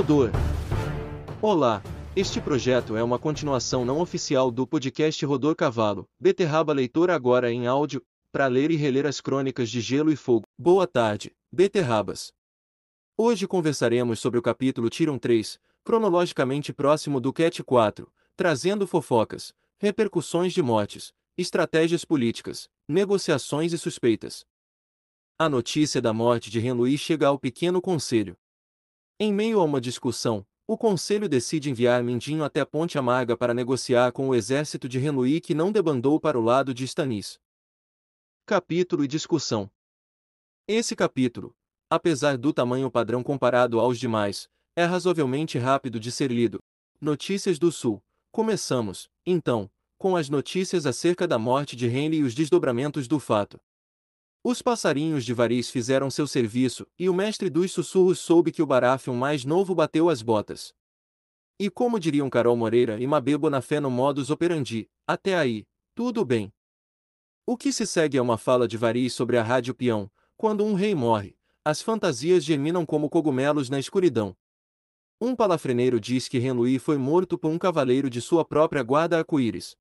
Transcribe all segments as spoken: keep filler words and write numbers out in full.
Rodor. Olá, este projeto é uma continuação não oficial do podcast Rodor Cavalo, Beterraba Leitora agora em áudio, para ler e reler as crônicas de Gelo e Fogo. Boa tarde, beterrabas. Hoje conversaremos sobre o capítulo Tyrion três, cronologicamente próximo do Cat quatro, trazendo fofocas, repercussões de mortes, estratégias políticas, negociações e suspeitas. A notícia da morte de Renly chega ao pequeno conselho. Em meio a uma discussão, o conselho decide enviar Mindinho até a Ponte Amarga para negociar com o exército de Renly que não debandou para o lado de Stannis. Capítulo e discussão. Esse capítulo, apesar do tamanho padrão comparado aos demais, é razoavelmente rápido de ser lido. Notícias do Sul. Começamos, então, com as notícias acerca da morte de Renly e os desdobramentos do fato. Os passarinhos de Varys fizeram seu serviço, e o mestre dos sussurros soube que o Baratheon mais novo bateu as botas. E como diriam Carol Moreira e Mabê Bonafé no modus operandi, até aí, tudo bem. O que se segue é uma fala de Varys sobre a Rádio Peão. Quando um rei morre, as fantasias germinam como cogumelos na escuridão. Um palafreneiro diz que Renly foi morto por um cavaleiro de sua própria guarda arco-íris.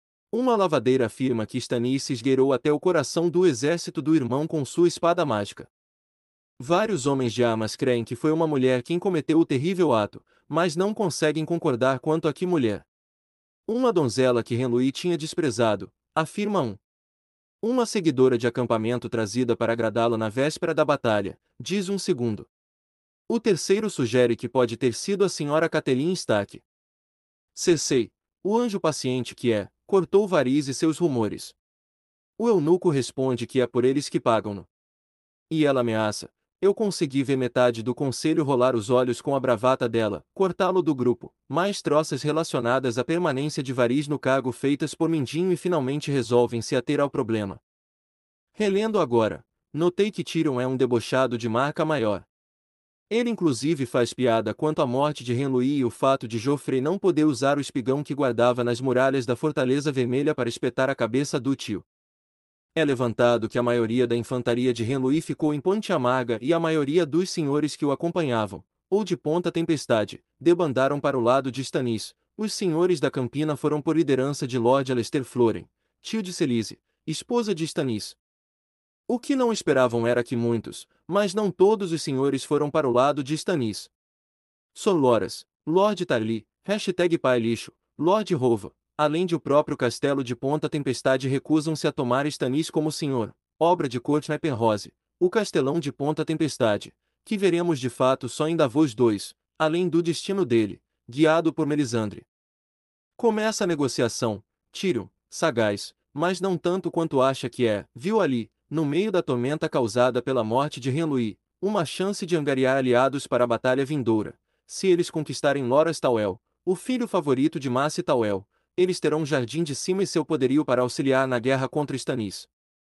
Uma lavadeira afirma que Stannis se esgueirou até o coração do exército do irmão com sua espada mágica. Vários homens de armas creem que foi uma mulher quem cometeu o terrível ato, mas não conseguem concordar quanto a que mulher. Uma donzela que Renly tinha desprezado, afirma um. Uma seguidora de acampamento trazida para agradá-lo na véspera da batalha, diz um segundo. O terceiro sugere que pode ter sido a senhora Catelyn Stark. Cersei, o anjo paciente que é, cortou Varys e seus rumores. O eunuco responde que é por eles que pagam-no. E ela ameaça. Eu consegui ver metade do conselho rolar os olhos com a bravata dela, cortá-lo do grupo, mais troças relacionadas à permanência de Varys no cargo feitas por Mindinho e finalmente resolvem se ater ao problema. Relendo agora, notei que Tyrion é um debochado de marca maior. Ele inclusive faz piada quanto à morte de Renly e o fato de Joffrey não poder usar o espigão que guardava nas muralhas da Fortaleza Vermelha para espetar a cabeça do tio. É levantado que a maioria da infantaria de Renly ficou em Ponte Amarga e a maioria dos senhores que o acompanhavam, ou de Ponta Tempestade, debandaram para o lado de Stannis. Os senhores da Campina foram por liderança de Lord Alester Floren, tio de Selise, esposa de Stannis. O que não esperavam era que muitos, mas não todos os senhores foram para o lado de Stannis. Sor Loras, Lord Tarly, hashtag Pai Lixo, Lord Rova, além de o próprio castelo de Ponta Tempestade recusam-se a tomar Stannis como senhor, obra de Courtney Penrose, o castelão de Ponta Tempestade, que veremos de fato só em Davos dois, além do destino dele, guiado por Melisandre. Começa a negociação. Tyrion, sagaz, mas não tanto quanto acha que é, viu ali, no meio da tormenta causada pela morte de Renly, uma chance de angariar aliados para a batalha vindoura. Se eles conquistarem Loras Tywell, o filho favorito de Mace Tywell, eles terão Jardim de Cima e seu poderio para auxiliar na guerra contra Stannis.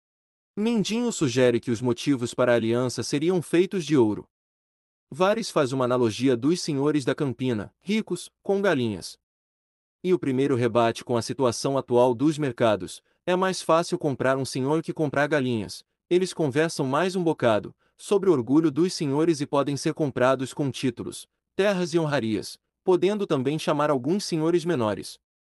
Mindinho sugere que os motivos para a aliança seriam feitos de ouro. Varys faz uma analogia dos senhores da Campina, ricos, com galinhas. E o primeiro rebate com a situação atual dos mercados. É mais fácil comprar um senhor que comprar galinhas. Eles conversam mais um bocado, sobre o orgulho dos senhores e podem ser comprados com títulos, terras e honrarias, podendo também chamar alguns senhores menores.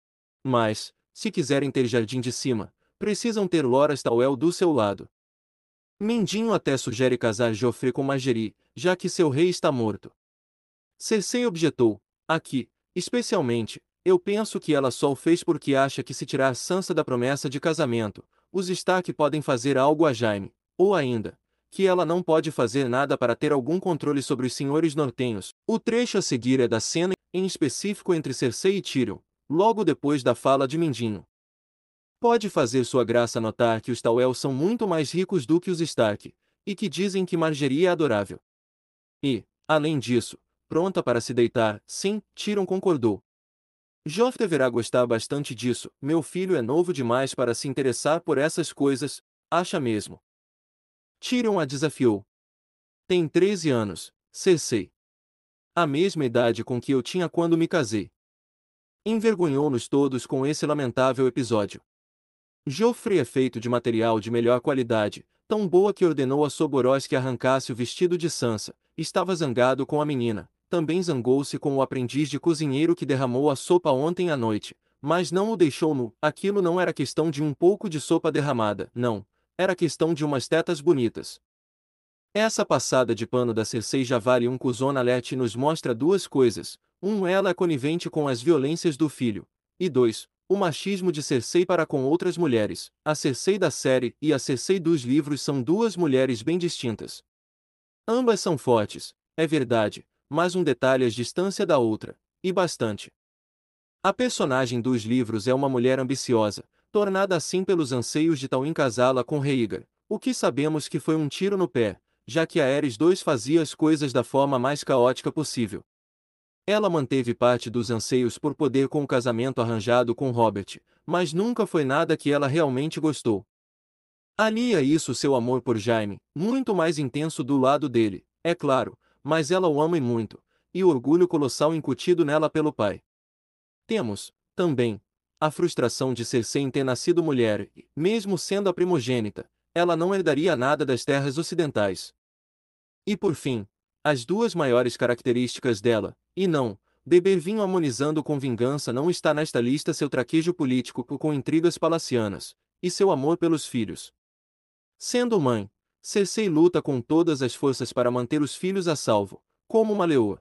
Mas, se quiserem ter Jardim de Cima, precisam ter Loras Tywell do seu lado. Mindinho até sugere casar Joffrey com Margaery, já que seu rei está morto. Cersei objetou, aqui, especialmente, eu penso que ela só o fez porque acha que se tirar Sansa da promessa de casamento, os Stark podem fazer algo a Jaime, ou ainda, que ela não pode fazer nada para ter algum controle sobre os senhores nortenhos. O trecho a seguir é da cena, em específico entre Cersei e Tyrion, logo depois da fala de Mindinho. Pode fazer sua graça notar que os Tywell são muito mais ricos do que os Stark, e que dizem que Margaery é adorável. E, além disso, pronta para se deitar, sim, Tyrion concordou. Joff deverá gostar bastante disso, meu filho é novo demais para se interessar por essas coisas, acha mesmo. Tyrion a desafiou. Tem treze anos, Cersei. A mesma idade com que eu tinha quando me casei. Envergonhou-nos todos com esse lamentável episódio. Joffrey é feito de material de melhor qualidade, tão boa que ordenou a Soboros que arrancasse o vestido de Sansa, estava zangado com a menina, também zangou-se com o aprendiz de cozinheiro que derramou a sopa ontem à noite, mas não o deixou nu. Aquilo não era questão de um pouco de sopa derramada, não. Era questão de umas tetas bonitas. Essa passada de pano da Cersei já vale um cuzona alert e nos mostra duas coisas. Um, ela é conivente com as violências do filho. E dois, o machismo de Cersei para com outras mulheres. A Cersei da série e a Cersei dos livros são duas mulheres bem distintas. Ambas são fortes, é verdade, mas um detalhe as distância da outra, e bastante. A personagem dos livros é uma mulher ambiciosa, tornada assim pelos anseios de Tywin casá-la com Rhaegar, o que sabemos que foi um tiro no pé, já que a Aerys dois fazia as coisas da forma mais caótica possível. Ela manteve parte dos anseios por poder com o casamento arranjado com Robert, mas nunca foi nada que ela realmente gostou. Alia isso seu amor por Jaime, muito mais intenso do lado dele, é claro, mas ela o ama e muito, e o orgulho colossal incutido nela pelo pai. Temos, também, a frustração de Cersei em ter nascido mulher e, mesmo sendo a primogênita, ela não herdaria nada das terras ocidentais. E por fim, as duas maiores características dela, e não, beber vinho harmonizando com vingança não está nesta lista seu traquejo político com intrigas palacianas, e seu amor pelos filhos. Sendo mãe, Cersei luta com todas as forças para manter os filhos a salvo, como uma leoa.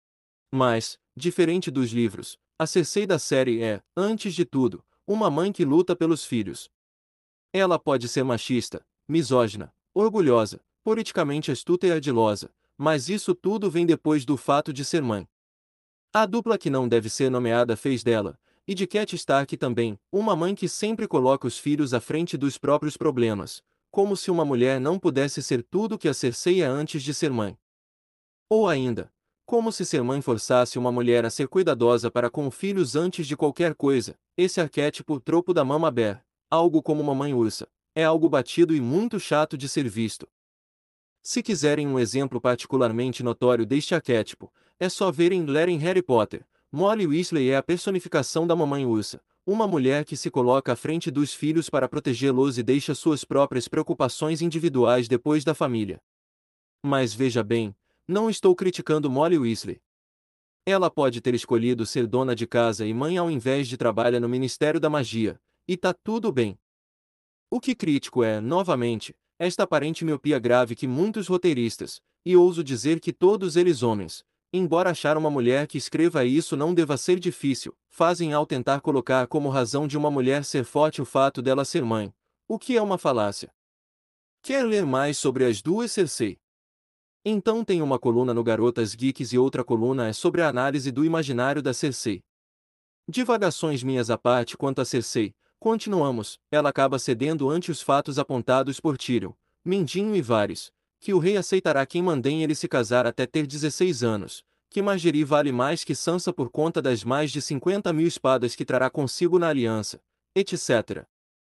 Mas, diferente dos livros, a Cersei da série é, antes de tudo, uma mãe que luta pelos filhos. Ela pode ser machista, misógina, orgulhosa, politicamente astuta e ardilosa, mas isso tudo vem depois do fato de ser mãe. A dupla que não deve ser nomeada fez dela, e de Catelyn Stark também, uma mãe que sempre coloca os filhos à frente dos próprios problemas, como se uma mulher não pudesse ser tudo que a Cersei é antes de ser mãe. Ou ainda, como se ser mãe forçasse uma mulher a ser cuidadosa para com filhos antes de qualquer coisa. Esse arquétipo tropo da mama bear, algo como mamãe ursa, é algo batido e muito chato de ser visto. Se quiserem um exemplo particularmente notório deste arquétipo, é só verem ler em Harry Potter. Molly Weasley é a personificação da mamãe ursa, uma mulher que se coloca à frente dos filhos para protegê-los e deixa suas próprias preocupações individuais depois da família. Mas veja bem, não estou criticando Molly Weasley. Ela pode ter escolhido ser dona de casa e mãe ao invés de trabalhar no Ministério da Magia, e tá tudo bem. O que critico é, novamente, esta aparente miopia grave que muitos roteiristas, e ouso dizer que todos eles homens, embora achar uma mulher que escreva isso não deva ser difícil, fazem ao tentar colocar como razão de uma mulher ser forte o fato dela ser mãe, o que é uma falácia. Quer ler mais sobre as duas Cersei? Então tem uma coluna no Garotas Geeks e outra coluna é sobre a análise do imaginário da Cersei. Divagações minhas à parte quanto a Cersei, continuamos, ela acaba cedendo ante os fatos apontados por Tyrion, Mindinho e Varys, que o rei aceitará quem mandem ele se casar até ter dezesseis anos, que Margaery vale mais que Sansa por conta das mais de cinquenta mil espadas que trará consigo na aliança, etcétera.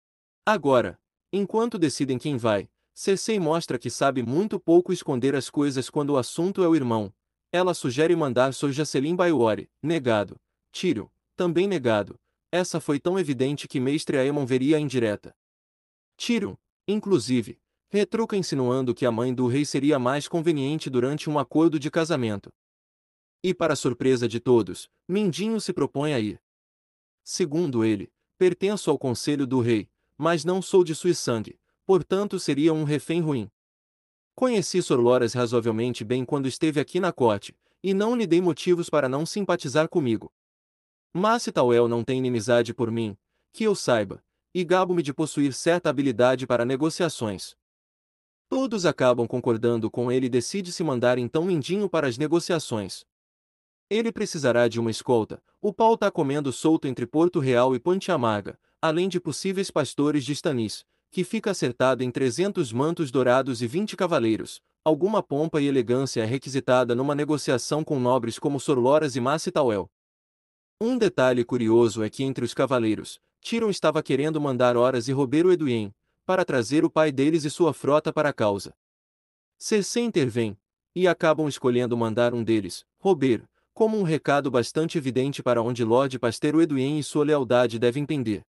Agora, enquanto decidem quem vai, Cersei mostra que sabe muito pouco esconder as coisas quando o assunto é o irmão. Ela sugere mandar Sir Jacelyn Bayori, negado. Tyrion, também negado. Essa foi tão evidente que Mestre Aemon veria a indireta. Tyrion, inclusive, retruca insinuando que a mãe do rei seria mais conveniente durante um acordo de casamento. E para surpresa de todos, Mindinho se propõe a ir. Segundo ele, pertenço ao conselho do rei, mas não sou de sua sangue, portanto seria um refém ruim. Conheci Sor Loras razoavelmente bem quando esteve aqui na corte, e não lhe dei motivos para não simpatizar comigo. Mas se Tywell não tem inimizade por mim, que eu saiba, e gabo-me de possuir certa habilidade para negociações. Todos acabam concordando com ele e decide-se mandar então Mindinho para as negociações. Ele precisará de uma escolta, o pau tá comendo solto entre Porto Real e Ponte Amarga, além de possíveis pastores de Stannis, que fica acertado em trezentos mantos dourados e vinte cavaleiros. Alguma pompa e elegância é requisitada numa negociação com nobres como Sor Loras e Mace Tywell. Um detalhe curioso é que entre os cavaleiros, Tyrion estava querendo mandar Horas e Rober Edwin, para trazer o pai deles e sua frota para a causa. Cersei intervém, e acabam escolhendo mandar um deles, Rober, como um recado bastante evidente para onde Lord Pasteiro Edwin e sua lealdade devem pender.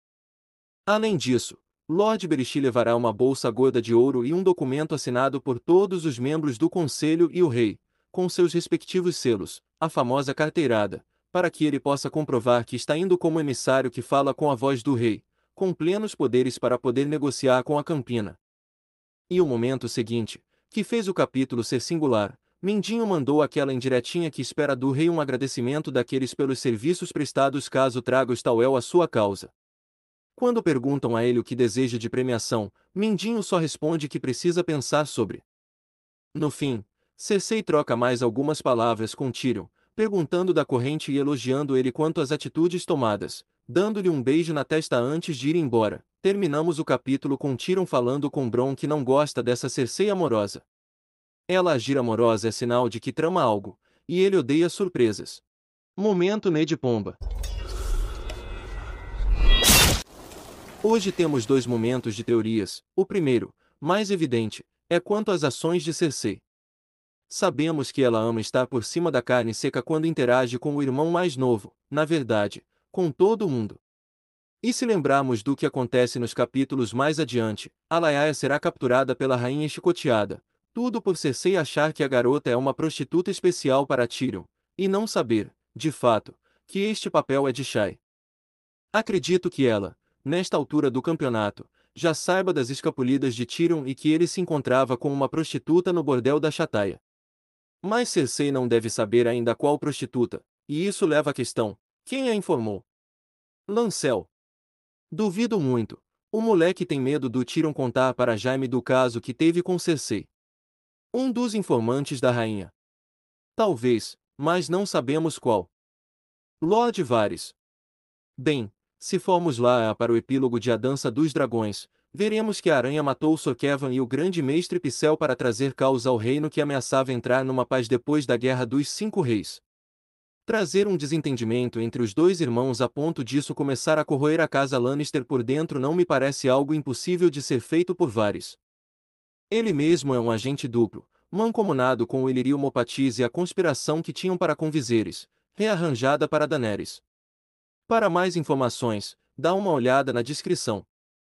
Além disso, Lord Berishi levará uma bolsa gorda de ouro e um documento assinado por todos os membros do conselho e o rei, com seus respectivos selos, a famosa carteirada, para que ele possa comprovar que está indo como emissário que fala com a voz do rei, com plenos poderes para poder negociar com a Campina. E o momento seguinte, que fez o capítulo ser singular, Mindinho mandou aquela indiretinha que espera do rei um agradecimento daqueles pelos serviços prestados caso traga o Stauel à sua causa. Quando perguntam a ele o que deseja de premiação, Mindinho só responde que precisa pensar sobre. No fim, Cersei troca mais algumas palavras com Tyrion, perguntando da corrente e elogiando ele quanto às atitudes tomadas, dando-lhe um beijo na testa antes de ir embora. Terminamos o capítulo com Tyrion falando com Bronn que não gosta dessa Cersei amorosa. Ela agir amorosa é sinal de que trama algo, e ele odeia surpresas. Momento Ned Pomba. Hoje temos dois momentos de teorias. O primeiro, mais evidente, é quanto às ações de Cersei. Sabemos que ela ama estar por cima da carne seca quando interage com o irmão mais novo, na verdade, com todo mundo. E se lembrarmos do que acontece nos capítulos mais adiante, a Lyanna será capturada pela rainha e chicoteada, tudo por Cersei achar que a garota é uma prostituta especial para Tyrion, e não saber, de fato, que este papel é de Shai. Acredito que ela, nesta altura do campeonato, já saiba das escapulidas de Tyrion e que ele se encontrava com uma prostituta no bordel da Chataia. Mas Cersei não deve saber ainda qual prostituta, e isso leva à questão: quem a informou? Lancel. Duvido muito. O moleque tem medo do Tyrion contar para Jaime do caso que teve com Cersei. Um dos informantes da rainha. Talvez, mas não sabemos qual. Lord Varys. Bem, se formos lá para o epílogo de A Dança dos Dragões, veremos que a aranha matou Sorkevan e o grande mestre Pycelle para trazer caos ao reino que ameaçava entrar numa paz depois da Guerra dos Cinco Reis. Trazer um desentendimento entre os dois irmãos a ponto disso começar a corroer a casa Lannister por dentro não me parece algo impossível de ser feito por Varys. Ele mesmo é um agente duplo, mancomunado com o Illyrio Mopatis e a conspiração que tinham para com Viserys, rearranjada para Daenerys. Para mais informações, dá uma olhada na descrição.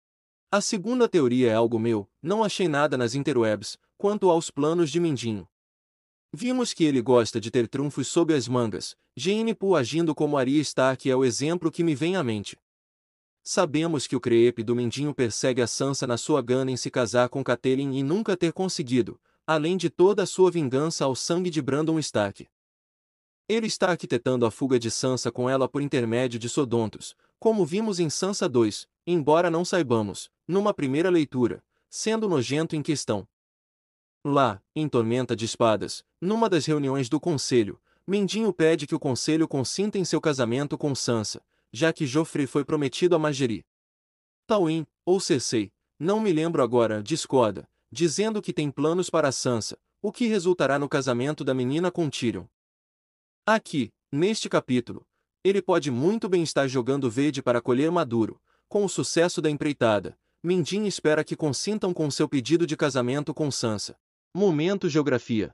A segunda teoria é algo meu, não achei nada nas interwebs, quanto aos planos de Mindinho. Vimos que ele gosta de ter trunfos sob as mangas, Jaime Poole agindo como Arya Stark é o exemplo que me vem à mente. Sabemos que o crepe do Mindinho persegue a Sansa na sua gana em se casar com Catelyn e nunca ter conseguido, além de toda a sua vingança ao sangue de Brandon Stark. Ele está arquitetando a fuga de Sansa com ela por intermédio de Sodontos, como vimos em Sansa dois, embora não saibamos, numa primeira leitura, sendo nojento em questão. Lá, em Tormenta de Espadas, numa das reuniões do Conselho, Mindinho pede que o Conselho consinta em seu casamento com Sansa, já que Joffrey foi prometido a Margaery. Tywin, ou Cersei, não me lembro agora, discorda, dizendo que tem planos para Sansa, o que resultará no casamento da menina com Tyrion. Aqui, neste capítulo, ele pode muito bem estar jogando verde para colher maduro. Com o sucesso da empreitada, Mindinho espera que consintam com seu pedido de casamento com Sansa. Momento Geografia.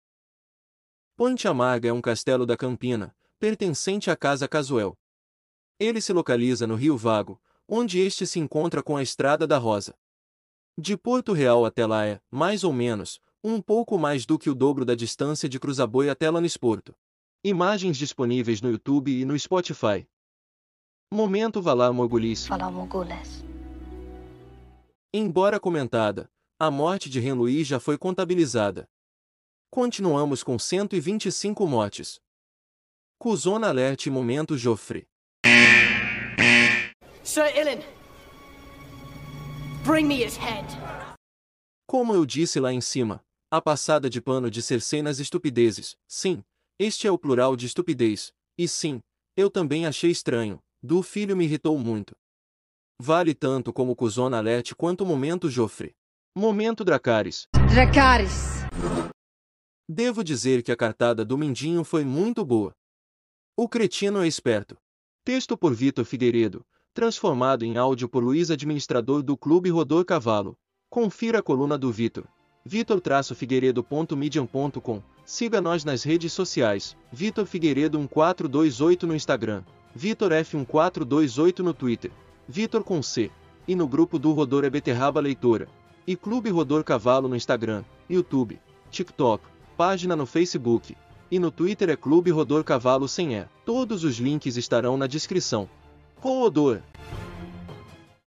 Ponte Amarga é um castelo da Campina, pertencente à Casa Casuel. Ele se localiza no Rio Vago, onde este se encontra com a Estrada da Rosa. De Porto Real até lá é, mais ou menos, um pouco mais do que o dobro da distância de Cruzaboi até Lannisporto. Imagens disponíveis no YouTube e no Spotify. Momento Valar Morghulis. Valar Morghulis. Embora comentada, a morte de Renly já foi contabilizada. Continuamos com cento e vinte e cinco mortes. Cuzona Alert Momento Joffrey. Sir Ilyn, bring me his head. Como eu disse lá em cima, a passada de pano de Cersei nas estupidezes, sim, este é o plural de estupidez, e sim, eu também achei estranho, do filho me irritou muito. Vale tanto como Cuzona Alert quanto o Momento Joffrey. Momento Dracarys. Dracarys. Devo dizer que a cartada do Mindinho foi muito boa. O cretino é esperto. Texto por Vitor Figueiredo, transformado em áudio por Luiz, administrador do Clube Rodor Cavalo. Confira a coluna do Vitor. vitor figueiredo ponto medium ponto com. Siga nós nas redes sociais. Vitor Figueiredo um quatro dois oito no Instagram. Vitor F um quatro dois oito no Twitter. Vitor com C. E no grupo do Rodor é Beterraba Leitora. E Clube Rodor Cavalo no Instagram, YouTube, TikTok, página no Facebook. E no Twitter é Clube Rodor Cavalo sem E. Todos os links estarão na descrição. Rodor!